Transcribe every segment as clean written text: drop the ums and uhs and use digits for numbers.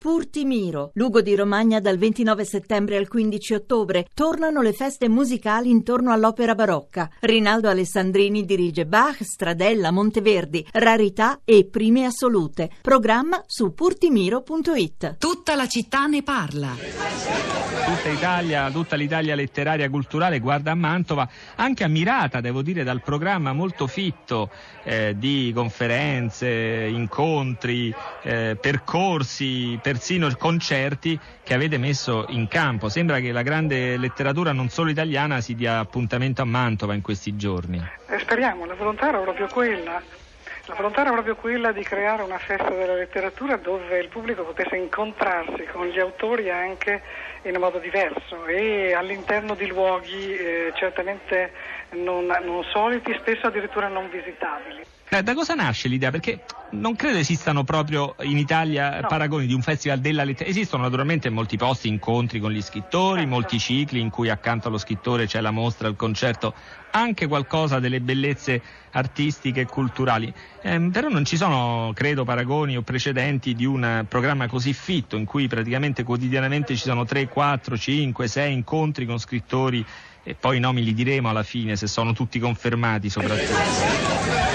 Purtimiro, Lugo di Romagna dal 29 settembre al 15 ottobre. Tornano le feste musicali intorno all'opera barocca. Rinaldo Alessandrini dirige Bach, Stradella, Monteverdi, Rarità e Prime Assolute. Programma su purtimiro.it. Tutta la città ne parla. Tutta l'Italia letteraria e culturale guarda a Mantova, anche ammirata, devo dire, dal programma molto fitto di conferenze, incontri, percorsi, persino concerti che avete messo in campo. Sembra che la grande letteratura non solo italiana si dia appuntamento a Mantova in questi giorni. Speriamo, la volontà era proprio quella. La volontà era proprio quella di creare una festa della letteratura dove il pubblico potesse incontrarsi con gli autori anche in un modo diverso e all'interno di luoghi certamente non soliti, spesso addirittura non visitabili. Da cosa nasce l'idea? Perché non credo esistano proprio in Italia paragoni di un festival della letteratura. Esistono naturalmente in molti posti incontri con gli scrittori, molti cicli in cui accanto allo scrittore c'è la mostra, il concerto, anche qualcosa delle bellezze artistiche e culturali. Però non ci sono, credo, paragoni o precedenti di un programma così fitto in cui praticamente quotidianamente ci sono 3, 4, 5, 6 incontri con scrittori e poi i nomi li diremo alla fine se sono tutti confermati soprattutto.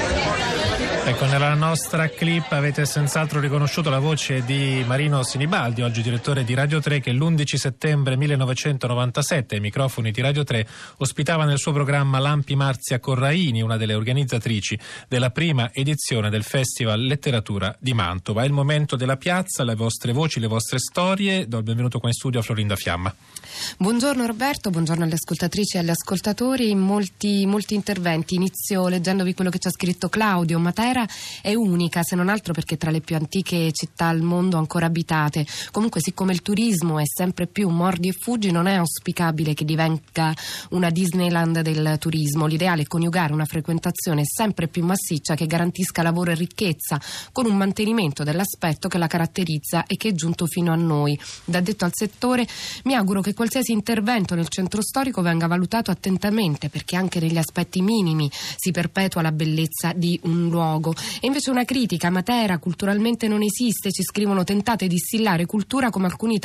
Ecco, nella nostra clip avete senz'altro riconosciuto la voce di Marino Sinibaldi, oggi direttore di Radio 3, che l'11 settembre 1997 ai microfoni di Radio 3 ospitava nel suo programma Lampi Marzia Corraini, una delle organizzatrici della prima edizione del Festival Letteratura di Mantova. È il momento della piazza, le vostre voci, le vostre storie. Do il benvenuto qua in studio a Florinda Fiamma. Buongiorno Roberto, buongiorno alle ascoltatrici e agli ascoltatori. Molti interventi. Inizio leggendovi quello che ci ha scritto Claudio. Matera è unica, se non altro perché tra le più antiche città al mondo ancora abitate. Comunque, siccome il turismo è sempre più mordi e fuggi, non è auspicabile che divenga una Disneyland del turismo. L'ideale è coniugare una frequentazione sempre più massiccia che garantisca lavoro e ricchezza con un mantenimento dell'aspetto che la caratterizza e che è giunto fino a noi. Da addetto al settore mi auguro che qualsiasi intervento nel centro storico venga valutato attentamente, perché anche negli aspetti minimi si perpetua la bellezza di un luogo. E invece una critica: Matera culturalmente non esiste, ci scrivono, tentate di distillare cultura come alcuni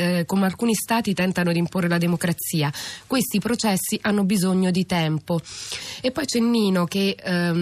stati tentano di imporre la democrazia. Questi processi hanno bisogno di tempo. E poi c'è Nino che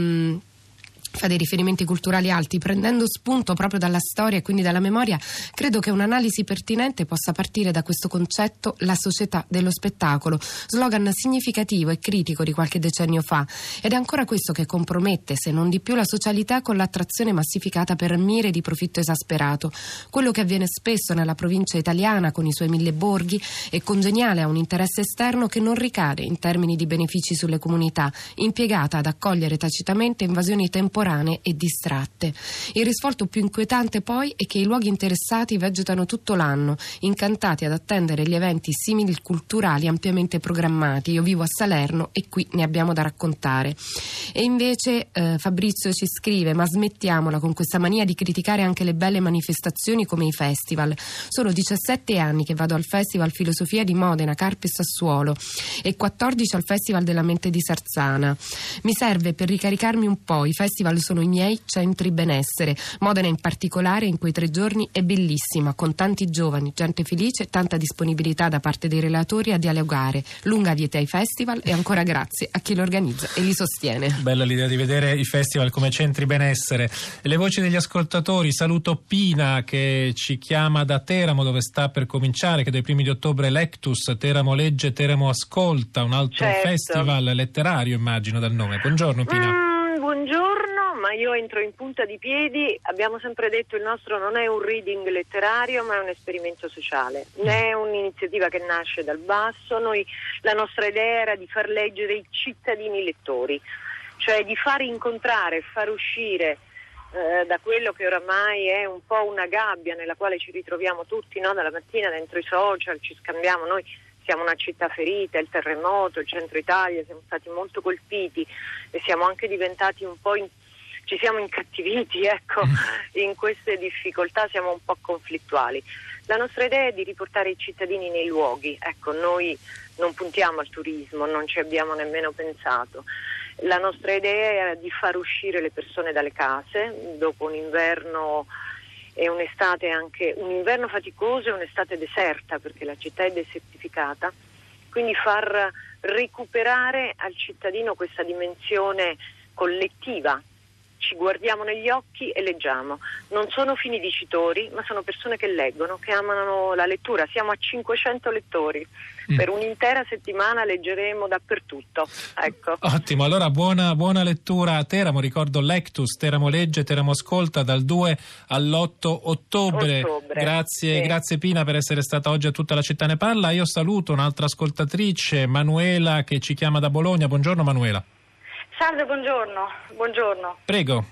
fa dei riferimenti culturali alti, prendendo spunto proprio dalla storia e quindi dalla memoria. Credo che un'analisi pertinente possa partire da questo concetto: la società dello spettacolo, slogan significativo e critico di qualche decennio fa, ed è ancora questo che compromette, se non di più, la socialità con l'attrazione massificata per mire di profitto esasperato, quello che avviene spesso nella provincia italiana con i suoi 1000 borghi è congeniale a un interesse esterno che non ricade in termini di benefici sulle comunità, impiegata ad accogliere tacitamente invasioni temporanee e distratte. Il risvolto più inquietante poi è che i luoghi interessati vegetano tutto l'anno, incantati ad attendere gli eventi simili culturali ampiamente programmati. Io vivo a Salerno e qui ne abbiamo da raccontare. E invece Fabrizio ci scrive: ma smettiamola con questa mania di criticare anche le belle manifestazioni come i festival. Sono 17 anni che vado al Festival Filosofia di Modena, Carpi e Sassuolo, e 14 al Festival della Mente di Sarzana. Mi serve per ricaricarmi un po'. I festival sono i miei centri benessere. Modena in particolare in quei 3 giorni è bellissima, con tanti giovani, gente felice, tanta disponibilità da parte dei relatori a dialogare. Lunga vita ai festival e ancora grazie a chi lo organizza e li sostiene. Bella l'idea di vedere i festival come centri benessere. E le voci degli ascoltatori: saluto Pina che ci chiama da Teramo, dove sta per cominciare, che dai primi di ottobre Lectus, Teramo legge, Teramo ascolta, un altro festival letterario, immagino dal nome. Buongiorno Pina. Buongiorno, ma io entro in punta di piedi. Abbiamo sempre detto il nostro non è un reading letterario, ma è un esperimento sociale. È un'iniziativa che nasce dal basso. La nostra idea era di far leggere i cittadini lettori, cioè di far incontrare, far uscire da quello che oramai è un po' una gabbia nella quale ci ritroviamo tutti, no? Dalla mattina dentro i social ci scambiamo. Noi siamo una città ferita, il terremoto, il centro Italia, siamo stati molto colpiti e siamo anche diventati un po' ci siamo incattiviti, ecco, in queste difficoltà siamo un po' conflittuali. La nostra idea è di riportare i cittadini nei luoghi, ecco, noi non puntiamo al turismo, non ci abbiamo nemmeno pensato. La nostra idea è di far uscire le persone dalle case dopo un inverno è un'estate anche, un inverno faticoso e un'estate deserta, perché la città è desertificata, quindi far recuperare al cittadino questa dimensione collettiva. Ci guardiamo negli occhi e leggiamo. Non sono fini dicitori, ma sono persone che leggono, che amano la lettura. Siamo a 500 lettori. Per un'intera settimana leggeremo dappertutto. Ecco. Ottimo, allora buona lettura a Teramo. Ricordo Lectus, Teramo legge, Teramo ascolta dal 2 all'8 ottobre. Grazie Pina per essere stata oggi a Tutta la città ne parla. Io saluto un'altra ascoltatrice, Manuela, che ci chiama da Bologna. Buongiorno Manuela. Salve, buongiorno. Prego.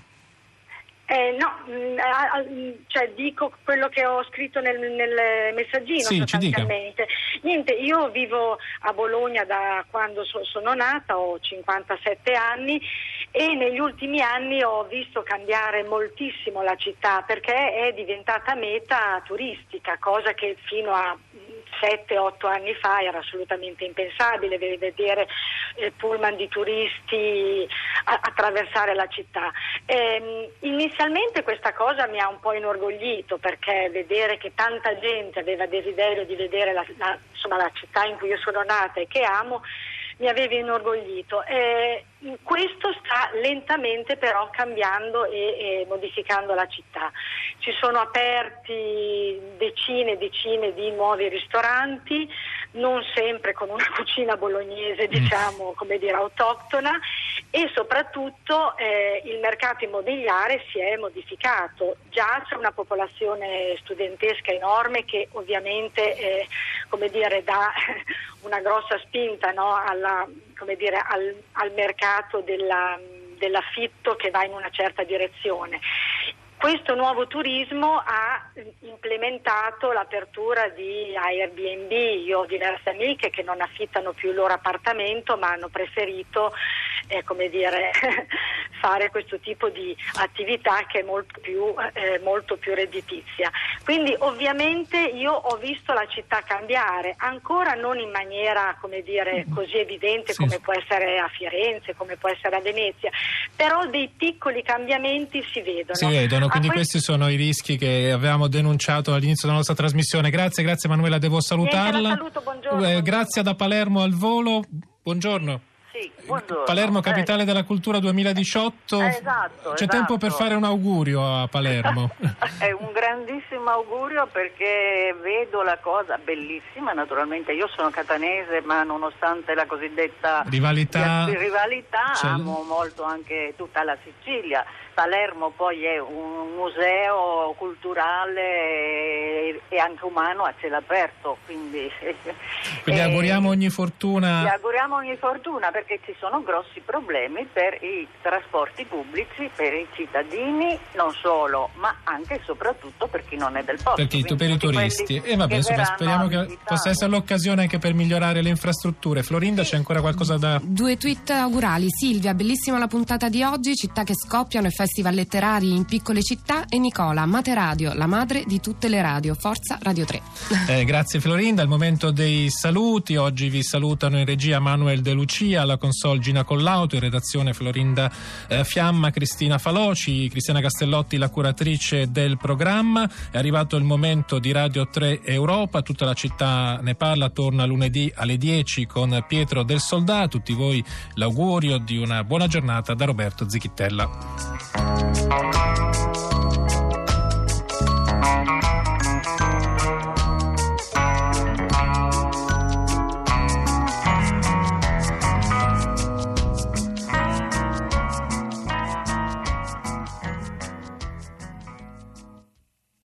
Dico quello che ho scritto nel messaggino, sì, sostanzialmente. Niente, io vivo a Bologna da quando sono nata, ho 57 anni e negli ultimi anni ho visto cambiare moltissimo la città, perché è diventata meta turistica, cosa che fino a 7-8 anni fa era assolutamente impensabile vedere pullman di turisti attraversare la città. Inizialmente questa cosa mi ha un po' inorgoglito, perché vedere che tanta gente aveva desiderio di vedere la città in cui io sono nata e che amo mi aveva inorgoglio. Questo sta lentamente però cambiando e modificando la città. Ci sono aperti decine di nuovi ristoranti, non sempre con una cucina bolognese, autoctona, e soprattutto il mercato immobiliare si è modificato. Già c'è una popolazione studentesca enorme che ovviamente dà una grossa spinta, no, al mercato dell'affitto, che va in una certa direzione. Questo nuovo turismo ha implementato l'apertura di Airbnb. Io ho diverse amiche che non affittano più il loro appartamento, ma hanno preferito fare questo tipo di attività, che è molto più redditizia. Quindi ovviamente io ho visto la città cambiare, ancora non in maniera così evidente come può essere a Firenze, come può essere a Venezia, però dei piccoli cambiamenti si vedono. Quindi questi sono i rischi che avevamo denunciato all'inizio della nostra trasmissione. Grazie Manuela, devo salutarla. La saluto, buongiorno. Grazie da Palermo al volo. Buongiorno. Sì, buongiorno. Palermo, capitale della cultura 2018. C'è tempo per fare un augurio a Palermo. È un grandissimo augurio, perché vedo la cosa bellissima. Naturalmente io sono catanese, ma nonostante la cosiddetta rivalità amo molto anche tutta la Sicilia. Palermo poi è un museo culturale e anche umano a cielo aperto, quindi auguriamo ogni fortuna. Gli auguriamo ogni fortuna, perché ci sono grossi problemi per i trasporti pubblici, per i cittadini, non solo, ma anche e soprattutto per chi non è del posto. Per i turisti. Speriamo che possa essere l'occasione anche per migliorare le infrastrutture. Florinda, c'è ancora qualcosa da... 2 tweet augurali. Silvia, bellissima la puntata di oggi, città che scoppiano e festival letterari in piccole città. E Nicola, Mate Radio, la madre di tutte le radio, forza Radio 3. Grazie Florinda. Al momento dei saluti, oggi vi salutano in regia Manuel De Lucia, alla console Gina Collauto, in redazione Florinda Fiamma, Cristina Faloci, Cristiana Castellotti, la curatrice del programma. È arrivato il momento di Radio 3 Europa, Tutta la città ne parla, torna lunedì alle 10 con Pietro del Soldà. A tutti voi l'augurio di una buona giornata da Roberto Zichittella.